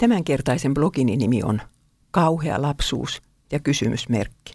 Tämänkertaisen blogini nimi on Kauhea lapsuus ja kysymysmerkki.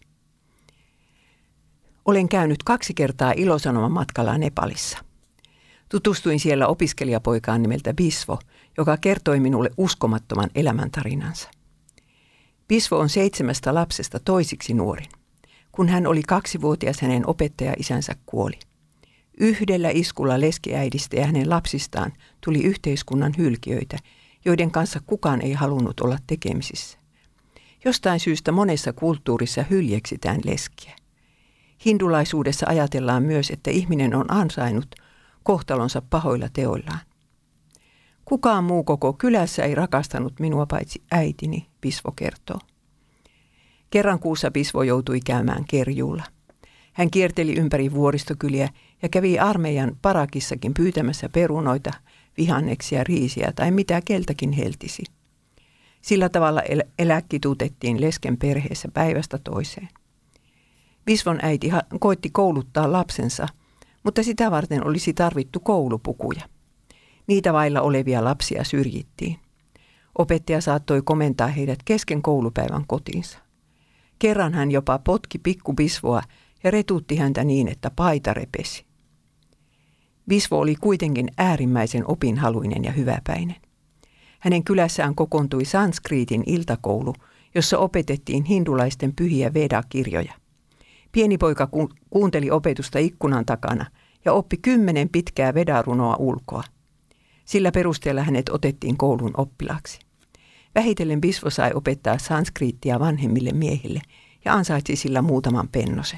Olen käynyt 2 kertaa Ilosanoman matkalla Nepalissa. Tutustuin siellä opiskelijapoikaan nimeltä Bisvo, joka kertoi minulle uskomattoman elämäntarinansa. Bisvo on 7 lapsesta toisiksi nuorin. Kun hän oli 2-vuotias, hänen opettaja-isänsä kuoli. Yhdellä iskulla leskiäidistä ja hänen lapsistaan tuli yhteiskunnan hylkiöitä, joiden kanssa kukaan ei halunnut olla tekemisissä. Jostain syystä monessa kulttuurissa hyljeksitään leskiä. Hindulaisuudessa ajatellaan myös, että ihminen on ansainnut kohtalonsa pahoilla teoillaan. Kukaan muu koko kylässä ei rakastanut minua paitsi äitini, Bisvo kertoo. Kerran kuussa Bisvo joutui käymään kerjuulla. Hän kierteli ympäri vuoristokyliä ja kävi armeijan parakissakin pyytämässä perunoita, vihanneksia, riisiä tai mitä keltäkin heltisi. Sillä tavalla eläkkitutettiin lesken perheessä päivästä toiseen. Bisvon äiti koitti kouluttaa lapsensa, mutta sitä varten olisi tarvittu koulupukuja. Niitä vailla olevia lapsia syrjittiin. Opettaja saattoi komentaa heidät kesken koulupäivän kotiinsa. Kerran hän jopa potki pikku Bisvoa ja retutti häntä niin, että paita repesi. Bisvo oli kuitenkin äärimmäisen opinhaluinen ja hyväpäinen. Hänen kylässään kokoontui sanskriitin iltakoulu, jossa opetettiin hindulaisten pyhiä Veda-kirjoja. Pieni poika kuunteli opetusta ikkunan takana ja oppi 10 pitkää Veda-runoa ulkoa. Sillä perusteella hänet otettiin koulun oppilaaksi. Vähitellen Bisvo sai opettaa sanskriittia vanhemmille miehille ja ansaitsi sillä muutaman pennosen.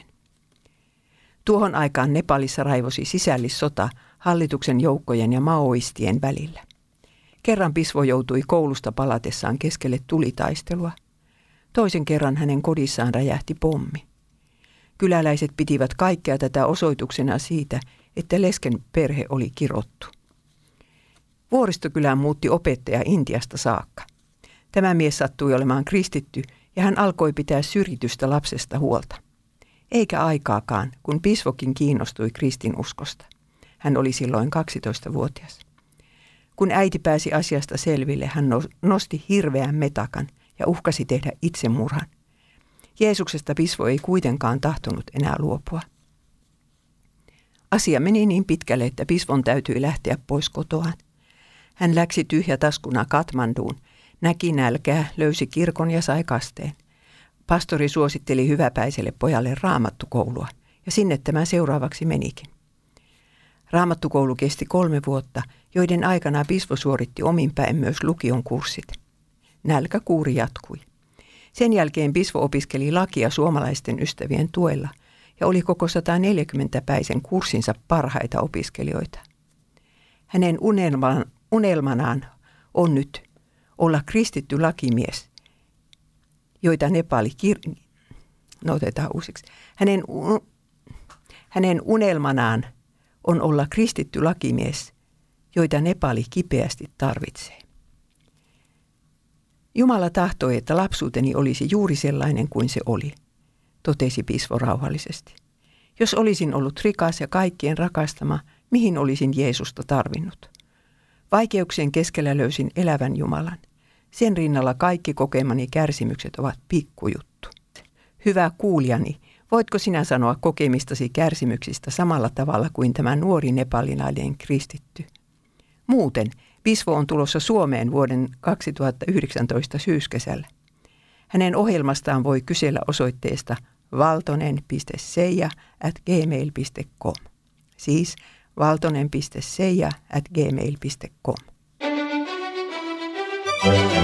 Tuohon aikaan Nepalissa raivosi sisällissota hallituksen joukkojen ja maoistien välillä. Kerran Bisvo joutui koulusta palatessaan keskelle tulitaistelua. Toisen kerran hänen kodissaan räjähti pommi. Kyläläiset pitivät kaikkea tätä osoituksena siitä, että lesken perhe oli kirottu. Vuoristokylään muutti opettaja Intiasta saakka. Tämä mies sattui olemaan kristitty ja hän alkoi pitää syrjitystä lapsesta huolta. Eikä aikaakaan, kun Bisvokin kiinnostui kristinuskosta. Hän oli silloin 12-vuotias. Kun äiti pääsi asiasta selville, hän nosti hirveän metakan ja uhkasi tehdä itsemurhan. Jeesuksesta Bisvo ei kuitenkaan tahtonut enää luopua. Asia meni niin pitkälle, että Bisvon täytyi lähteä pois kotoaan. Hän läksi tyhjätaskuna Katmanduun, näki nälkää, löysi kirkon ja sai kasteen. Pastori suositteli hyväpäiselle pojalle raamattukoulua, ja sinne tämä seuraavaksi menikin. Raamattukoulu kesti 3 vuotta, joiden aikana Bisvo suoritti omin päin myös lukion kurssit. Nälkäkuuri jatkui. Sen jälkeen Bisvo opiskeli lakia suomalaisten ystävien tuella ja oli koko 140-päisen kurssinsa parhaita opiskelijoita. Hänen unelmanaan on nyt olla kristitty lakimies, joita Nepali Hänen unelmanaan on olla kristitty lakimies, joita Nepali kipeästi tarvitsee. Jumala tahtoi, että lapsuuteni olisi juuri sellainen kuin se oli, totesi Bisvo rauhallisesti. Jos olisin ollut rikas ja kaikkien rakastama, mihin olisin Jeesusta tarvinnut? Vaikeuksien keskellä löysin elävän Jumalan. Sen rinnalla kaikki kokemani kärsimykset ovat pikkujuttu. Hyvä kuulijani, voitko sinä sanoa kokemistasi kärsimyksistä samalla tavalla kuin tämä nuori nepalilainen kristitty? Muuten, Bisvo on tulossa Suomeen vuoden 2019 syyskesällä. Hänen ohjelmastaan voi kysellä osoitteesta valtonen.seija@gmail.com. Siis valtonen.seija@gmail.com.